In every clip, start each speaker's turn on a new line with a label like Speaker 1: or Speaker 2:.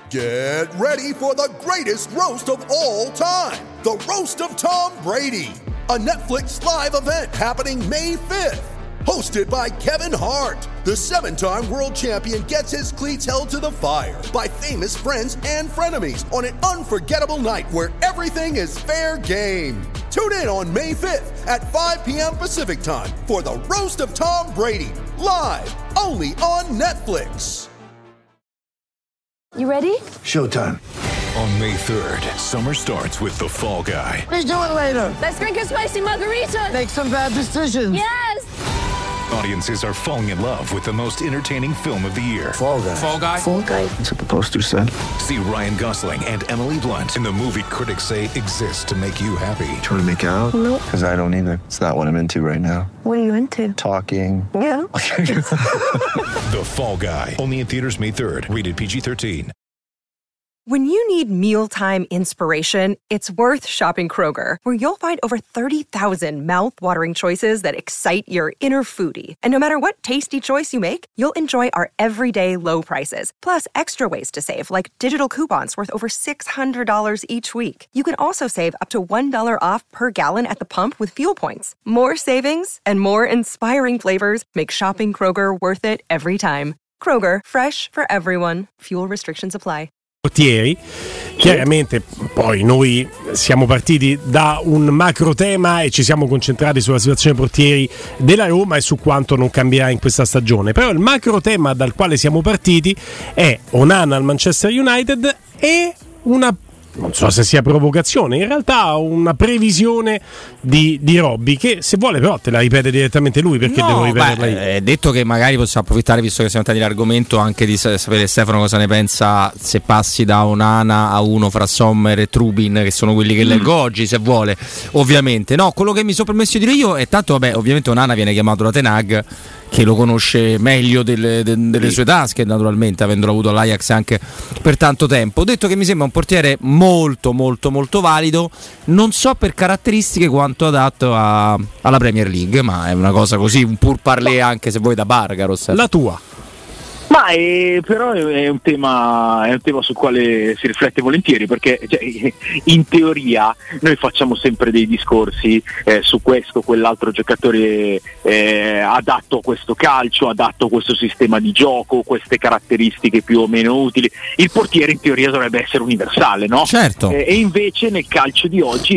Speaker 1: Get ready for the greatest roast of all time, the Roast of Tom Brady, a Netflix live event happening May 5th. Hosted by Kevin Hart, the 7-time world champion gets his cleats held to the fire by famous friends and frenemies on an unforgettable night where everything is fair game. Tune in on May 5th at 5 p.m. Pacific time for the Roast of Tom Brady, live only on Netflix.
Speaker 2: You ready?
Speaker 3: Showtime.
Speaker 4: On May 3rd, summer starts with The Fall Guy.
Speaker 3: Let's do it later.
Speaker 2: Let's drink a spicy margarita.
Speaker 3: Make some bad decisions.
Speaker 2: Yes!
Speaker 4: Audiences are falling in love with the most entertaining film of the year.
Speaker 3: Fall Guy.
Speaker 5: Fall Guy?
Speaker 2: Fall Guy.
Speaker 3: That's what the poster said.
Speaker 4: See Ryan Gosling and Emily Blunt in the movie critics say exists to make you happy.
Speaker 3: Trying to make it out?
Speaker 2: Nope.
Speaker 3: Because I don't either. It's not what I'm into right now.
Speaker 2: What are you into?
Speaker 3: Talking.
Speaker 2: Yeah.
Speaker 4: The Fall Guy. Only in theaters May 3rd. Rated PG-13.
Speaker 6: When you need mealtime inspiration, it's worth shopping Kroger, where you'll find over 30,000 mouth-watering choices that excite your inner foodie. And no matter what tasty choice you make, you'll enjoy our everyday low prices, plus extra ways to save, like digital coupons worth over $600 each week. You can also save up to $1 off per gallon at the pump with fuel points. More savings and more inspiring flavors make shopping Kroger worth it every time. Kroger, fresh for everyone. Fuel restrictions apply.
Speaker 7: Portieri, chiaramente poi noi siamo partiti da un macro tema e ci siamo concentrati sulla situazione portieri della Roma e su quanto non cambierà in questa stagione, però il macro tema dal quale siamo partiti è Onana al Manchester United e una, non so se sia provocazione, in realtà una previsione di Robby, che se vuole però te la ripete direttamente lui, perché devo ripeterla io.
Speaker 5: È detto che magari possiamo approfittare, visto che siamo entrati nell'argomento, anche di sapere Stefano cosa ne pensa se passi da Onana a uno fra Sommer e Trubin, che sono quelli che leggo oggi, se vuole, ovviamente. No, quello che mi sono permesso di dire io è tanto, vabbè, ovviamente Onana viene chiamato da Ten Hag, che lo conosce meglio delle sue tasche, naturalmente, avendolo avuto all'Ajax anche per tanto tempo. Ho detto che mi sembra un portiere molto molto molto valido, non so per caratteristiche quanto adatto alla Premier League, ma è una cosa così, un pur parler anche se vuoi da Bargaros.
Speaker 7: La tua?
Speaker 8: Ma però è un tema sul quale si riflette volentieri, perché in teoria noi facciamo sempre dei discorsi su questo o quell'altro giocatore adatto a questo calcio, adatto a questo sistema di gioco, queste caratteristiche più o meno utili. Il portiere in teoria dovrebbe essere universale, no?
Speaker 5: Certo.
Speaker 8: E invece nel calcio di oggi,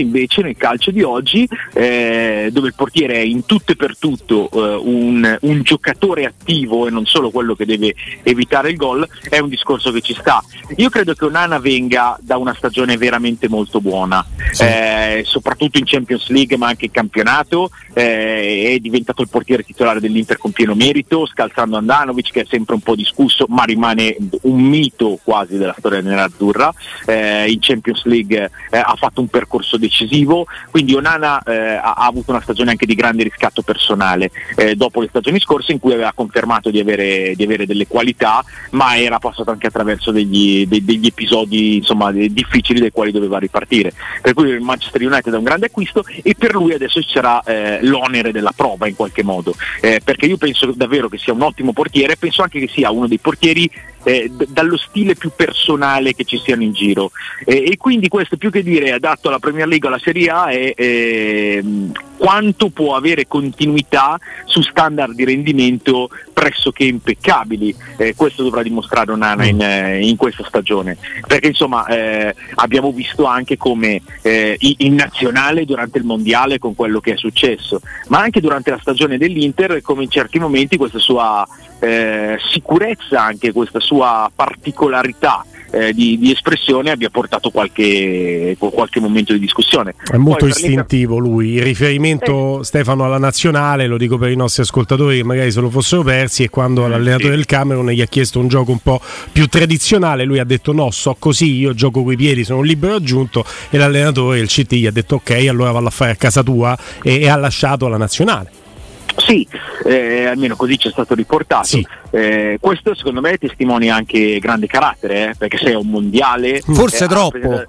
Speaker 8: dove il portiere è in tutto e per tutto un giocatore attivo e non solo quello che deve evitare il gol, è un discorso che ci sta. Io credo che Onana venga da una stagione veramente molto buona, sì. Soprattutto in Champions League ma anche in campionato, è diventato il portiere titolare dell'Inter con pieno merito, scalzando Andanovic, che è sempre un po' discusso ma rimane un mito quasi della storia nerazzurra. In Champions League ha fatto un percorso decisivo, quindi Onana ha avuto una stagione anche di grande riscatto personale, dopo le stagioni scorse in cui aveva confermato di avere delle qualità, ma era passato anche attraverso degli episodi, insomma, difficili dai quali doveva ripartire. Per cui il Manchester United è un grande acquisto e per lui adesso ci sarà l'onere della prova in qualche modo, perché io penso davvero che sia un ottimo portiere, penso anche che sia uno dei portieri dallo stile più personale che ci siano in giro, e quindi questo, più che dire adatto alla Premier League o alla Serie A, è quanto può avere continuità su standard di rendimento pressoké impeccabili. Questo dovrà dimostrare Onana in questa stagione, perché insomma abbiamo visto anche come in nazionale durante il mondiale, con quello che è successo, ma anche durante la stagione dell'Inter, come in certi momenti questa sua sicurezza, anche questa sua particolarità di espressione abbia portato qualche momento di discussione.
Speaker 7: È molto istintivo lui, il riferimento Stefano alla nazionale, lo dico per i nostri ascoltatori che magari se lo fossero persi, e quando l'allenatore del Camerun gli ha chiesto un gioco un po' più tradizionale, lui ha detto no, so così, io gioco coi piedi, sono un libero aggiunto, e l'allenatore, il CT, gli ha detto ok, allora vallo a fare a casa tua, e ha lasciato la nazionale.
Speaker 8: Sì, almeno così ci è stato riportato.
Speaker 7: Sì.
Speaker 8: Questo secondo me testimonia anche grande carattere, perché se è un mondiale
Speaker 5: forse troppo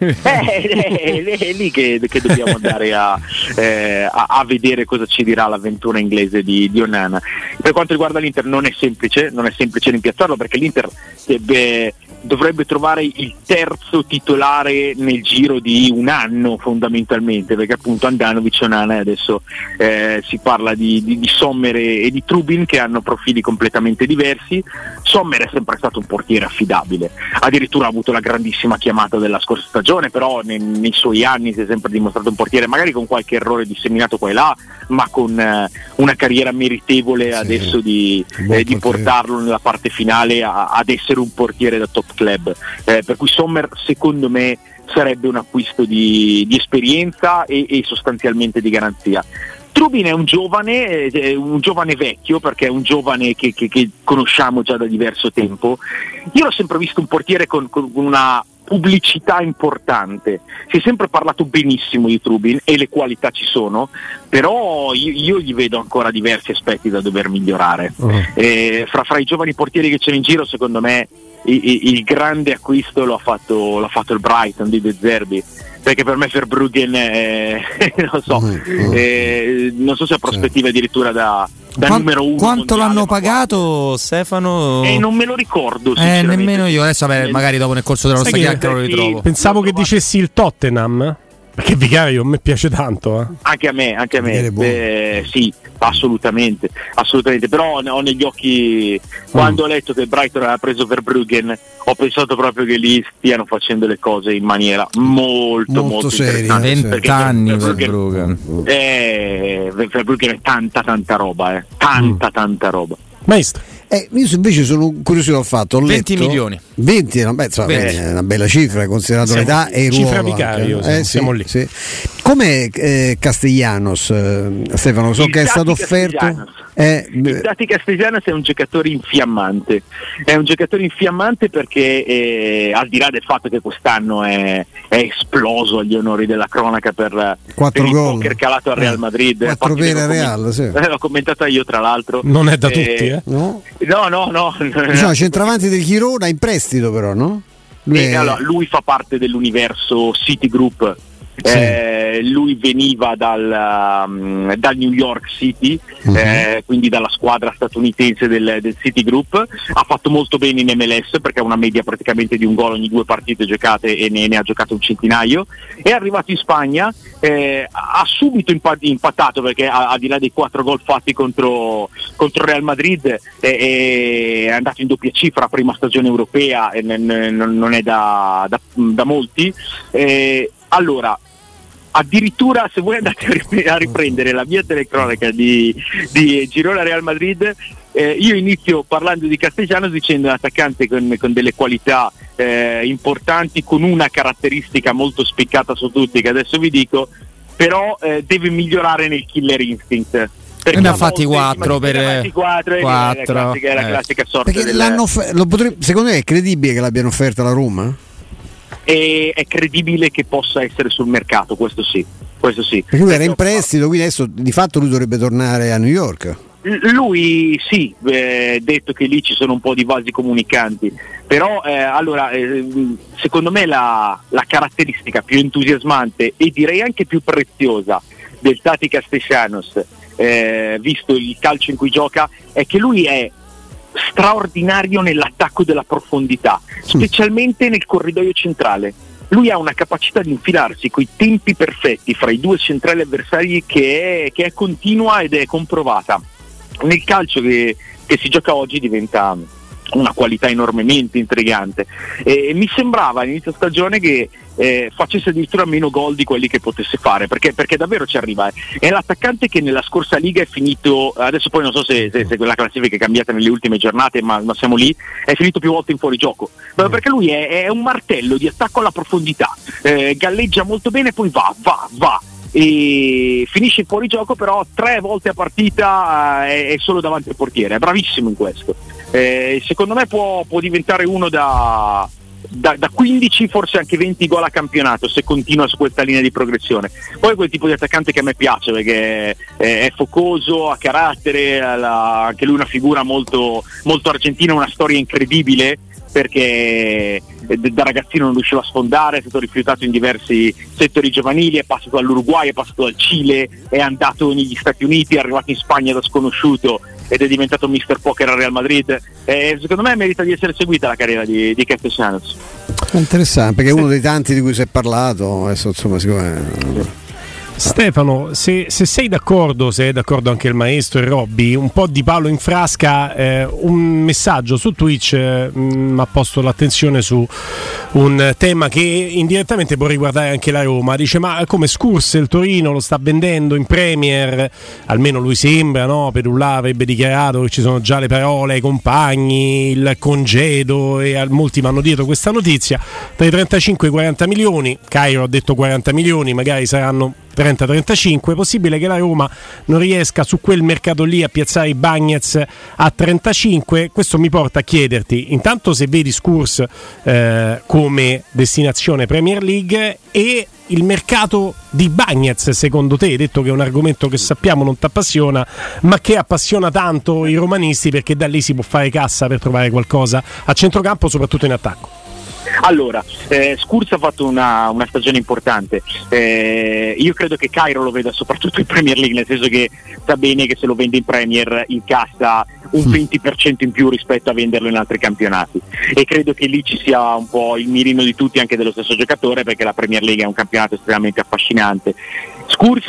Speaker 8: è lì che dobbiamo andare a vedere cosa ci dirà l'avventura inglese di Onana. Per quanto riguarda l'Inter non è semplice rimpiazzarlo, perché l'Inter dovrebbe trovare il terzo titolare nel giro di un anno fondamentalmente, perché appunto Handanovic, Onana, e adesso si parla di Sommer e di Trubin, che hanno profili completamente diversi. Sommer è sempre stato un portiere affidabile, addirittura ha avuto la grandissima chiamata della scorsa stagione, però nei suoi anni si è sempre dimostrato un portiere magari con qualche errore disseminato qua e là, ma con una carriera meritevole adesso di portarlo nella parte finale ad essere un portiere da top club, per cui Sommer secondo me sarebbe un acquisto di esperienza e sostanzialmente di garanzia. Trubin è un giovane vecchio, perché è un giovane che conosciamo già da diverso tempo. Io l'ho sempre visto un portiere con una pubblicità importante, si è sempre parlato benissimo di Trubin e le qualità ci sono, però io gli vedo ancora diversi aspetti da dover migliorare. Fra i giovani portieri che c'è in giro, secondo me il grande acquisto lo ha fatto il Brighton di De Zerbi, perché per me Verbruggen non so se ha prospettive addirittura da numero uno.
Speaker 5: Quanto
Speaker 8: mondiale,
Speaker 5: l'hanno pagato, Stefano?
Speaker 8: Non me lo ricordo sinceramente.
Speaker 5: Nemmeno io, adesso magari dopo nel corso della nostra chiacchiera lo ritrovo.
Speaker 7: Pensavo che dicessi il Tottenham, perché Vicario a me piace tanto.
Speaker 8: Anche a me. Sì, assolutamente, però ho negli occhi, quando ho letto che il Brighton aveva preso Verbruggen, ho pensato proprio che lì stiano facendo le cose in maniera molto
Speaker 5: seria. 20 anni Verbruggen.
Speaker 8: Verbruggen è tanta roba, tanta roba.
Speaker 7: Maestro.
Speaker 9: Io invece sono curioso dal fatto, ho
Speaker 5: 20
Speaker 9: letto,
Speaker 5: milioni.
Speaker 9: 20 è una bella cifra, considerato l'età e il ruolo.
Speaker 7: Cifra Vicario, siamo lì.
Speaker 9: Sì. Come Castellanos, Stefano, so che è stato offerto.
Speaker 8: Il Tati Castellanos è un giocatore infiammante. Perché al di là del fatto che quest'anno è esploso agli onori della cronaca per
Speaker 9: 4
Speaker 8: il
Speaker 9: gol
Speaker 8: poker calato al Real Madrid,
Speaker 9: 4 per il Real, sì.
Speaker 8: L'ho commentata io tra l'altro.
Speaker 7: Non è da tutti,
Speaker 9: No.
Speaker 8: No.
Speaker 9: Centravanti del Girona in prestito, però, no?
Speaker 8: Lui fa parte dell'universo Citigroup. Lui veniva dal New York City, quindi dalla squadra statunitense del Citigroup. Ha fatto molto bene in MLS, perché ha una media praticamente di un gol ogni 2 partite giocate e ne ha giocato un centinaio. È arrivato in Spagna, ha subito impattato, perché al di là dei 4 gol fatti contro Real Madrid è andato in doppia cifra, prima stagione europea, e non è da molti. Allora, addirittura se voi andate a riprendere la mia telecronaca di Girona Real Madrid, io inizio parlando di Castellanos dicendo un attaccante con delle qualità importanti, con una caratteristica molto spiccata su tutti, che adesso vi dico, però deve migliorare nel killer instinct.
Speaker 5: Ne ha fatti 4 per 4.
Speaker 8: È la classica sorte.
Speaker 9: Perché secondo me è credibile che l'abbiano offerta la Roma?
Speaker 8: È credibile che possa essere sul mercato, questo sì.
Speaker 9: Perché lui era in prestito, quindi adesso di fatto lui dovrebbe tornare a New York.
Speaker 8: Lui sì, detto che lì ci sono un po' di vasi comunicanti, però secondo me la caratteristica più entusiasmante e direi anche più preziosa del Tati Castellanos, visto il calcio in cui gioca, è che lui è straordinario nell'attacco della profondità, specialmente nel corridoio centrale. Lui ha una capacità di infilarsi coi tempi perfetti fra i 2 centrali avversari che è continua ed è comprovata. Nel calcio che si gioca oggi diventa una qualità enormemente intrigante, e mi sembrava all'inizio stagione che facesse addirittura meno gol di quelli che potesse fare, perché davvero ci arriva. È l'attaccante che nella scorsa Liga è finito, adesso poi non so se la classifica è cambiata nelle ultime giornate, ma siamo lì, è finito più volte in fuorigioco, perché lui è un martello di attacco alla profondità, galleggia molto bene, poi va e finisce in fuorigioco, però 3 volte a partita è solo davanti al portiere, è bravissimo in questo. Secondo me può diventare uno da 15, forse anche 20 gol a campionato, se continua su questa linea di progressione. Poi è quel tipo di attaccante che a me piace, perché è focoso, ha carattere, anche lui una figura molto, molto argentina, una storia incredibile, perché da ragazzino non riusciva a sfondare, è stato rifiutato in diversi settori giovanili, è passato dall'Uruguay, è passato dal Cile, è andato negli Stati Uniti, è arrivato in Spagna da sconosciuto ed è diventato Mr. Poker al Real Madrid. Secondo me merita di essere seguita la carriera di Castellanos.
Speaker 9: È interessante, perché è uno dei tanti di cui si è parlato, adesso insomma sicuramente.
Speaker 7: Stefano, se sei d'accordo, se è d'accordo anche il maestro e Robby, un po' di palo in frasca, un messaggio su Twitch mi ha posto l'attenzione su un tema che indirettamente può riguardare anche la Roma. Dice: ma come Scurs il Torino lo sta vendendo in Premier? Almeno lui sembra, no? Pedulla avrebbe dichiarato che ci sono già le parole ai compagni, il congedo, e molti vanno dietro questa notizia. Tra i 35 e i 40 milioni, Cairo ha detto 40 milioni, magari saranno 30-35, è possibile che la Roma non riesca su quel mercato lì a piazzare i Bagnez a 35. Questo mi porta a chiederti intanto se vedi Scurs come destinazione Premier League, e il mercato di Bagnez secondo te. Hai detto che è un argomento che sappiamo non ti appassiona, ma che appassiona tanto i romanisti, perché da lì si può fare cassa per trovare qualcosa a centrocampo, soprattutto in attacco.
Speaker 8: Allora, Scurs ha fatto una stagione importante, io credo che Cairo lo veda soprattutto in Premier League, nel senso che sa bene che se lo vende in Premier incassa un 20% in più rispetto a venderlo in altri campionati, e credo che lì ci sia un po' il mirino di tutti, anche dello stesso giocatore, perché la Premier League è un campionato estremamente affascinante. Scurs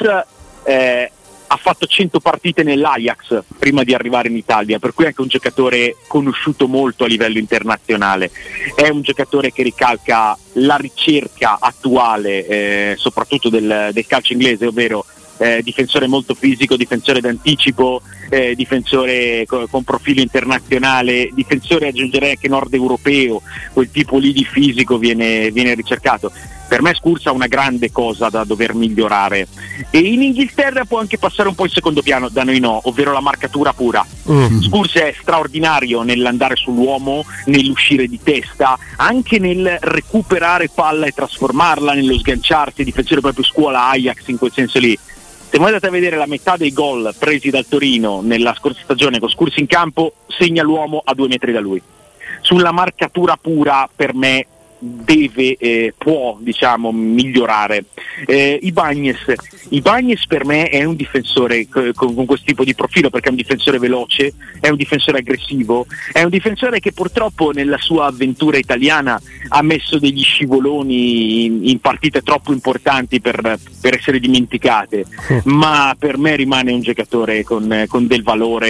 Speaker 8: ha fatto 100 partite nell'Ajax prima di arrivare in Italia, per cui è anche un giocatore conosciuto molto a livello internazionale. È un giocatore che ricalca la ricerca attuale, soprattutto del calcio inglese, ovvero difensore molto fisico, difensore d'anticipo, difensore con profilo internazionale, difensore, aggiungerei anche nord europeo, quel tipo lì di fisico viene ricercato. Per me Scurs ha una grande cosa da dover migliorare, e in Inghilterra può anche passare un po' in secondo piano, da noi no, ovvero la marcatura pura. Scurs è straordinario nell'andare sull'uomo, nell'uscire di testa, anche nel recuperare palla e trasformarla, nello sganciarsi, difensore proprio scuola Ajax in quel senso lì. Se voi andate a vedere la metà dei gol presi dal Torino nella scorsa stagione con Scurs in campo, segna l'uomo a 2 metri da lui. Sulla marcatura pura per me può migliorare. Ibañez per me è un difensore con questo tipo di profilo, perché è un difensore veloce, è un difensore aggressivo, è un difensore che purtroppo nella sua avventura italiana ha messo degli scivoloni in partite troppo importanti per essere dimenticate, ma per me rimane un giocatore con del valore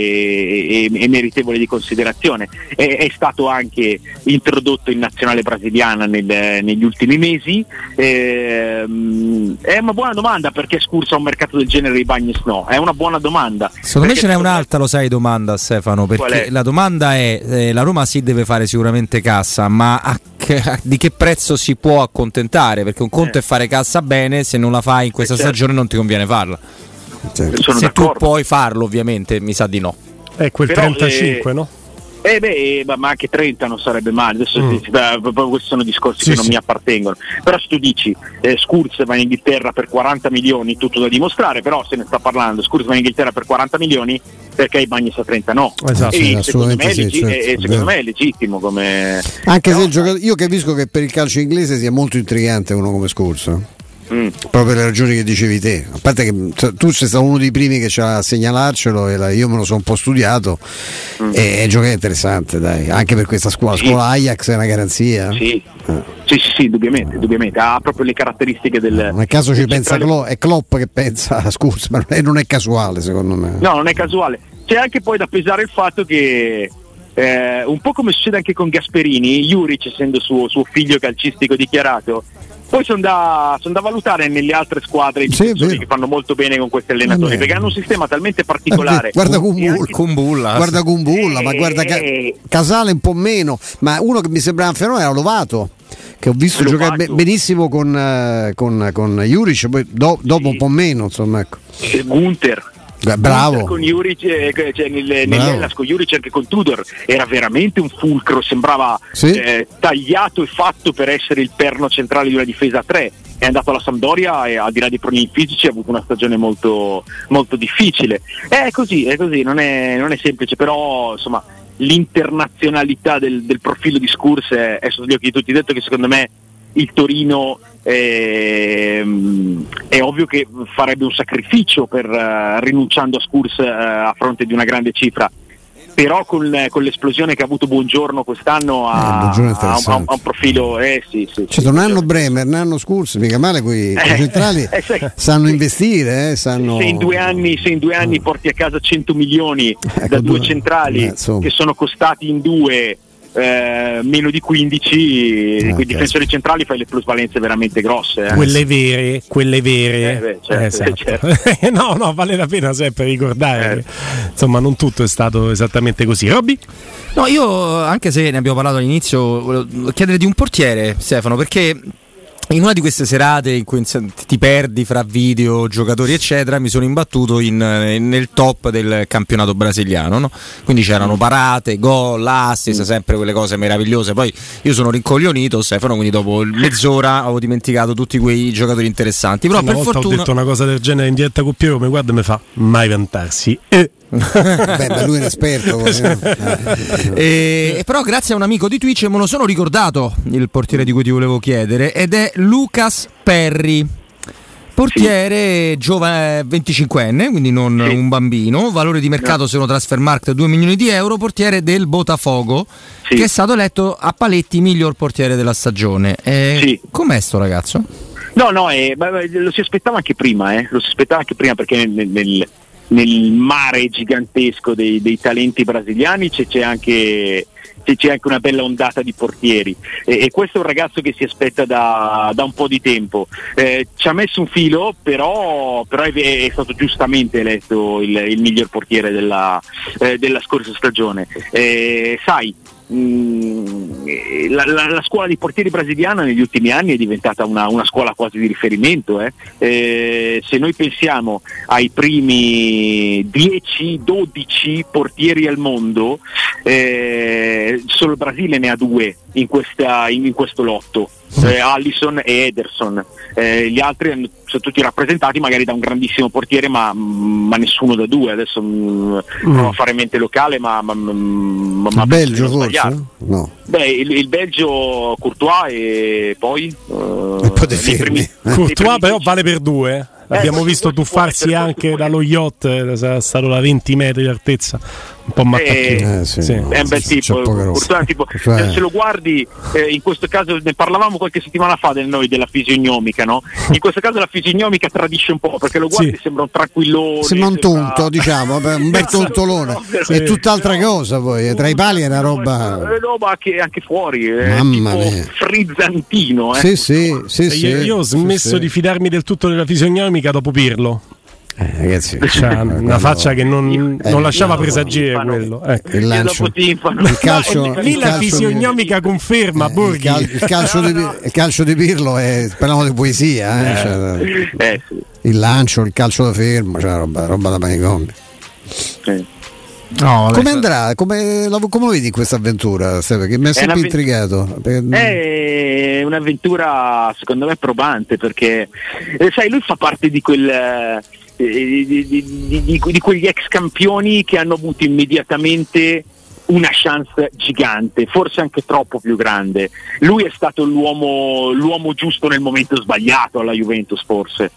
Speaker 8: e meritevole di considerazione. È stato anche introdotto in nazionale brasiliana negli ultimi mesi. È una buona domanda, perché Scurs ha un mercato del genere di Bagnez no? È una buona domanda.
Speaker 5: Secondo me ce n'è un'altra, lo sai, domanda, Stefano, perché la domanda è la Roma sì deve fare sicuramente cassa, ma di che prezzo si può accontentare? Perché un conto è fare cassa bene, se non la fai in questa stagione non ti conviene farla. Se tu puoi farlo, ovviamente, mi sa di no.
Speaker 7: Quel 35, no?
Speaker 8: Ma anche 30 non sarebbe male. Adesso questi sono discorsi che non mi appartengono. Però se tu dici Scurs va in Inghilterra per 40 milioni, tutto da dimostrare, però se ne sta parlando. Scurs va in Inghilterra per 40 milioni, perché Ibañez a 30 no?
Speaker 9: Esatto,
Speaker 8: e secondo me è legittimo come...
Speaker 9: Anche se io capisco che per il calcio inglese sia molto intrigante uno come Scurs, proprio per le ragioni che dicevi te, a parte che tu sei stato uno dei primi che c'ha a segnalarcelo, e io me lo sono un po' studiato, e è giocare interessante, dai, anche per questa scuola Ajax è una garanzia.
Speaker 8: Sì, indubbiamente ha proprio le caratteristiche del...
Speaker 9: Nel caso ci pensa è Klopp che pensa a Scurs, ma non è casuale, secondo me.
Speaker 8: No, non è casuale. C'è anche poi da pesare il fatto che un po' come succede anche con Gasperini, Juric, essendo suo figlio calcistico dichiarato, poi sono da valutare nelle altre squadre che fanno molto bene con questi allenatori, perché hanno un sistema talmente particolare.
Speaker 9: Guarda Kumbulla, ma guarda Casale un po' meno, ma uno che mi sembrava un fenomeno era Lovato, che ho visto giocare benissimo con Juric, poi dopo un po' meno, insomma, ecco.
Speaker 8: Gunther.
Speaker 9: Bravo.
Speaker 8: Con Juric, nell'Hellas con Juric, anche con Tudor era veramente un fulcro, sembrava tagliato e fatto per essere il perno centrale di una difesa a 3. È andato alla Sampdoria e, al di là dei problemi fisici, ha avuto una stagione molto, molto difficile. È così, non è semplice, però insomma l'internazionalità del profilo di Scurs è sotto gli occhi di tutti. Detto che secondo me il Torino è ovvio che farebbe un sacrificio per rinunciando a Skurx a fronte di una grande cifra, però con l'esplosione che ha avuto Buongiorno quest'anno ha un profilo
Speaker 9: certo, un anno Bremer, un anno Skurx, mica male quei centrali sanno investire, sanno...
Speaker 8: Se in due anni porti a casa 100 milioni da due centrali che sono costati in due meno di 15, quei difensori centrali fai le plusvalenze veramente grosse,
Speaker 7: quelle vere
Speaker 8: certo.
Speaker 7: no, vale la pena sempre ricordare che, insomma, non tutto è stato esattamente così. Robby?
Speaker 5: No, io, anche se ne abbiamo parlato all'inizio, volevo chiedere di un portiere, Stefano, perché in una di queste serate in cui ti perdi fra video, giocatori eccetera, mi sono imbattuto nel top del campionato brasiliano, no? Quindi c'erano parate, gol, assist, sempre quelle cose meravigliose. Poi io sono rincoglionito, Stefano, quindi dopo mezz'ora avevo dimenticato tutti quei giocatori interessanti. Però
Speaker 7: una
Speaker 5: per
Speaker 7: volta
Speaker 5: fortuna
Speaker 7: ho detto una cosa del genere in diretta con Piero, mi guarda e mi fa mai vantarsi.
Speaker 9: Beh, lui è un esperto.
Speaker 5: Però grazie a un amico di Twitch me lo sono ricordato il portiere di cui ti volevo chiedere, ed è Lucas Perry, portiere giovane, 25enne, quindi non un bambino, valore di mercato secondo Transfermarkt 2 milioni di euro, portiere del Botafogo, che è stato eletto a paletti miglior portiere della stagione. Com'è sto ragazzo?
Speaker 8: No, lo si aspettava anche prima, perché nel mare gigantesco dei talenti brasiliani c'è anche una bella ondata di portieri, e questo è un ragazzo che si aspetta da un po' di tempo, ci ha messo un filo, però è stato giustamente eletto il miglior portiere della scorsa stagione. La scuola di portieri brasiliana negli ultimi anni è diventata una scuola quasi di riferimento, se noi pensiamo ai primi 10-12 portieri al mondo, solo il Brasile ne ha 2 in questo lotto, Alisson e Ederson, gli altri sono tutti rappresentati magari da un grandissimo portiere, ma nessuno da 2. Adesso provo a fare mente locale, ma
Speaker 9: il Belgio forse? No.
Speaker 8: Beh, il Belgio, Courtois e poi
Speaker 7: Courtois però vale per 2. L'abbiamo visto tuffarsi anche dallo yacht, è stato da 20 metri di altezza, un po' mattacchino.
Speaker 8: È un bel tipo, se lo guardi, in questo caso ne parlavamo qualche settimana fa noi della fisionomica, no? In questo caso la fisionomica tradisce un po', perché lo guardi sembra un tranquillone,
Speaker 9: sembra un tonto, diciamo, un bel tontolone, è tutt'altra cosa. Poi tra i pali è una roba
Speaker 8: anche fuori,
Speaker 9: mamma
Speaker 8: tipo
Speaker 9: mia,
Speaker 8: frizzantino.
Speaker 7: Io ho smesso di fidarmi del tutto della fisionomica dopo Pirlo.
Speaker 9: Ragazzi,
Speaker 7: c'ha una faccia che non lasciava presagire quello.
Speaker 9: Il lancio, il calcio,
Speaker 7: la fisionomica conferma.
Speaker 9: Il calcio di Pirlo è, parliamo di poesia, il lancio, il calcio da fermo, cioè roba da manicomio.
Speaker 5: No,
Speaker 9: come andrà? Come lo vedi questa avventura, Perché mi ha sempre intrigato.
Speaker 8: È un'avventura secondo me probante, perché lui fa parte di quel di quegli ex campioni che hanno avuto immediatamente una chance gigante, forse anche troppo più grande. Lui è stato l'uomo giusto nel momento sbagliato alla Juventus, forse,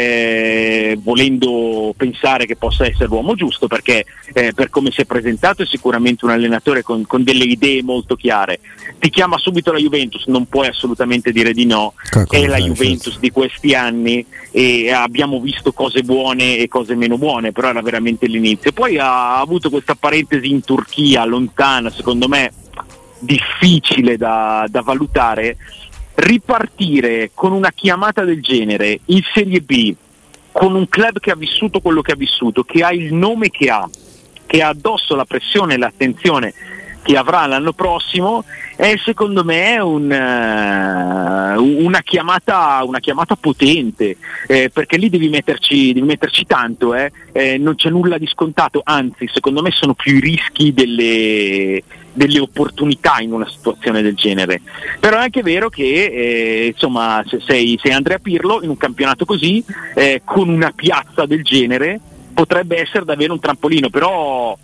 Speaker 8: volendo pensare che possa essere l'uomo giusto, perché per come si è presentato è sicuramente un allenatore con delle idee molto chiare. Ti chiama subito la Juventus, non puoi assolutamente dire di no, è la Juventus di questi anni, e abbiamo visto cose buone e cose meno buone, però era veramente l'inizio. Poi ha avuto questa parentesi in Turchia, lontana, secondo me difficile da valutare. Ripartire con una chiamata del genere in Serie B, con un club che ha vissuto quello che ha vissuto, che ha il nome che ha addosso la pressione e l'attenzione che avrà l'anno prossimo, è secondo me una chiamata potente, perché lì devi metterci tanto, non c'è nulla di scontato, anzi secondo me sono più i rischi delle opportunità in una situazione del genere. Però è anche vero che insomma, se sei Andrea Pirlo in un campionato così, con una piazza del genere, potrebbe essere davvero un trampolino, però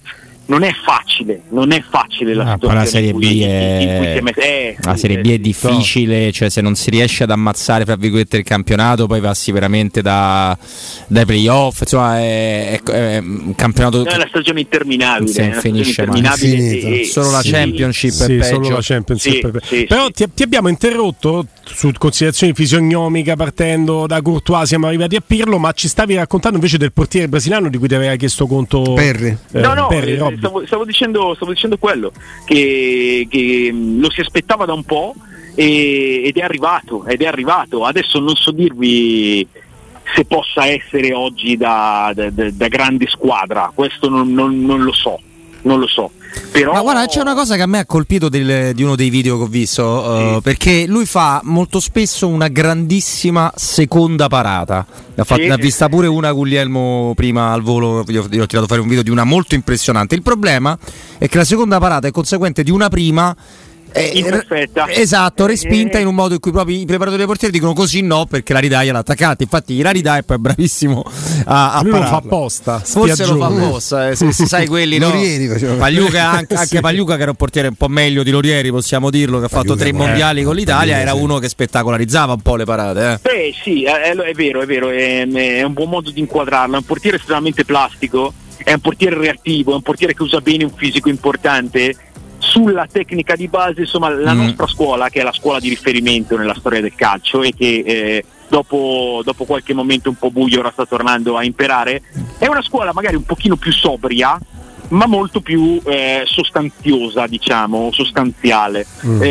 Speaker 8: non è facile la situazione.
Speaker 5: La Serie B la Serie B è difficile, cioè se non si riesce ad ammazzare fra virgolette il campionato poi passi veramente dai playoff, insomma è un campionato,
Speaker 8: è una stagione interminabile,
Speaker 5: finisce mai. Solo la Championship è peggio.
Speaker 7: Solo la Championship
Speaker 8: però
Speaker 7: ti abbiamo interrotto su considerazioni fisionomiche partendo da Courtois, siamo arrivati a Pirlo, ma ci stavi raccontando invece del portiere brasiliano di cui ti aveva chiesto conto
Speaker 9: Perry.
Speaker 7: Perry,
Speaker 8: stavo dicendo quello che lo si aspettava da un po' ed è arrivato. Adesso non so dirvi se possa essere oggi da grande squadra, questo non lo so. Però...
Speaker 5: Ma guarda, c'è una cosa che a me ha colpito di uno dei video che ho visto, perché lui fa molto spesso una grandissima seconda parata. L'ha vista pure una Guglielmo prima al volo, gli ho tirato fuori un video di una molto impressionante. Il problema è che la seconda parata è conseguente di una prima
Speaker 8: imperfetta.
Speaker 5: Esatto, respinta in un modo in cui proprio i preparatori dei portieri dicono così no, perché la Ridai l'ha attaccata. Infatti la Ridai poi è bravissimo a
Speaker 7: lui
Speaker 5: pararla.
Speaker 7: lo fa apposta,
Speaker 5: forse lo fa apposta, se sai quelli no? Pagliuca, anche Pagliuca che era un portiere un po' meglio di Lorieri, possiamo dirlo, che ha fatto 3 mondiali con l'Italia, era uno che spettacolarizzava un po' le parate.
Speaker 8: Sì, è vero, è un buon modo di inquadrarlo, è un portiere estremamente plastico, è un portiere reattivo, è un portiere che usa bene un fisico importante. Sulla tecnica di base, insomma, la nostra scuola, che è la scuola di riferimento nella storia del calcio e che dopo qualche momento un po' buio ora sta tornando a imperare, è una scuola magari un pochino più sobria, ma molto più sostanziosa, diciamo, sostanziale.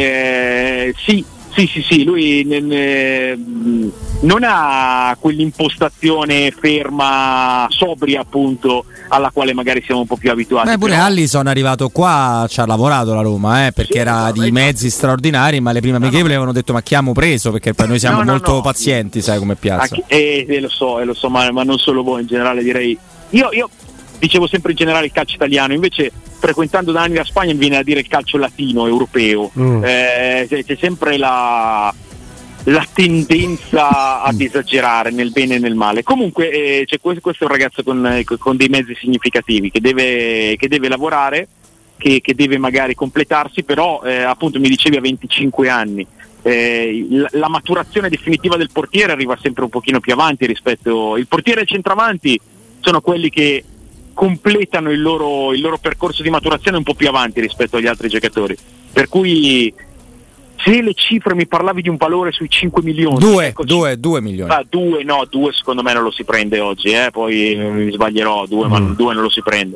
Speaker 8: Sì, lui non ha quell'impostazione ferma, sobria appunto, alla quale magari siamo un po' più abituati.
Speaker 5: Pure Allison è arrivato qua, ci ha lavorato la Roma, perché era di mezzi straordinari, ma le prime amichevoli avevano detto ma chi abbiamo preso, perché poi noi siamo molto pazienti, sai, come piazza.
Speaker 8: Lo so, ma non solo voi, in generale direi. Io dicevo sempre in generale il calcio italiano, invece frequentando da anni la Spagna mi viene a dire il calcio latino, europeo. C'è sempre la tendenza ad esagerare nel bene e nel male. Comunque c'è questo è un ragazzo con dei mezzi significativi che deve lavorare, che deve magari completarsi, però appunto mi dicevi a 25 anni. La maturazione definitiva del portiere arriva sempre un pochino più avanti rispetto. Il portiere e il centravanti sono quelli che completano il loro percorso di maturazione un po' più avanti rispetto agli altri giocatori, per cui se le cifre mi parlavi di un valore sui 5 milioni
Speaker 5: 2 milioni.
Speaker 8: 2 secondo me non lo si prende oggi, poi mi sbaglierò, 2 ma 2 non lo si prende.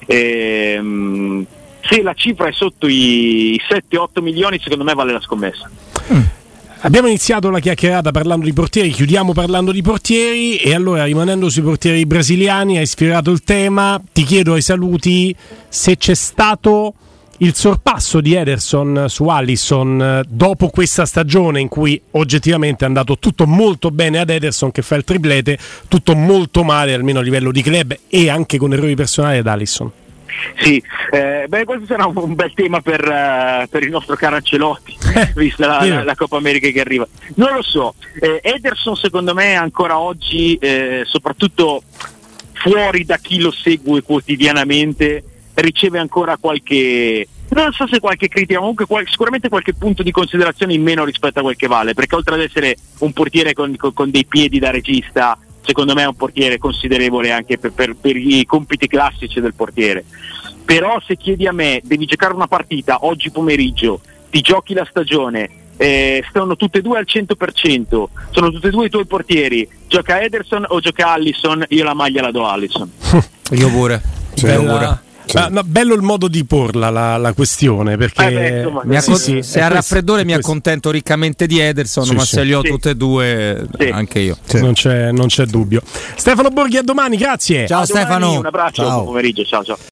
Speaker 8: Se la cifra è sotto i 7-8 milioni secondo me vale la scommessa.
Speaker 7: Abbiamo iniziato la chiacchierata parlando di portieri, chiudiamo parlando di portieri, e allora, rimanendo sui portieri brasiliani, hai sfiorato il tema. Ti chiedo ai saluti se c'è stato il sorpasso di Ederson su Alisson dopo questa stagione in cui oggettivamente è andato tutto molto bene ad Ederson, che fa il triplete, tutto molto male almeno a livello di club e anche con errori personali ad Alisson.
Speaker 8: Sì, questo sarà un bel tema per il nostro caro Ancelotti, vista la Coppa America che arriva. Non lo so, Ederson secondo me ancora oggi, soprattutto fuori da chi lo segue quotidianamente, riceve ancora qualche, non so se qualche critica, comunque sicuramente qualche punto di considerazione in meno rispetto a quel che vale, perché oltre ad essere un portiere con dei piedi da regista, secondo me è un portiere considerevole anche per i compiti classici del portiere. Però se chiedi a me, devi giocare una partita oggi pomeriggio, ti giochi la stagione, stanno tutte e due al 100%, sono tutti e due i tuoi portieri, gioca Ederson o gioca Alisson, io la maglia la do a Alisson.
Speaker 5: Io pure.
Speaker 7: Ma bello il modo di porla la questione, perché
Speaker 5: se ha raffreddore mi accontento riccamente di Ederson, ma se li ho tutte e due anche io.
Speaker 7: Non c'è dubbio. Stefano Borghi, a domani, grazie.
Speaker 5: Ciao Stefano.
Speaker 8: Un abbraccio, buon pomeriggio, ciao.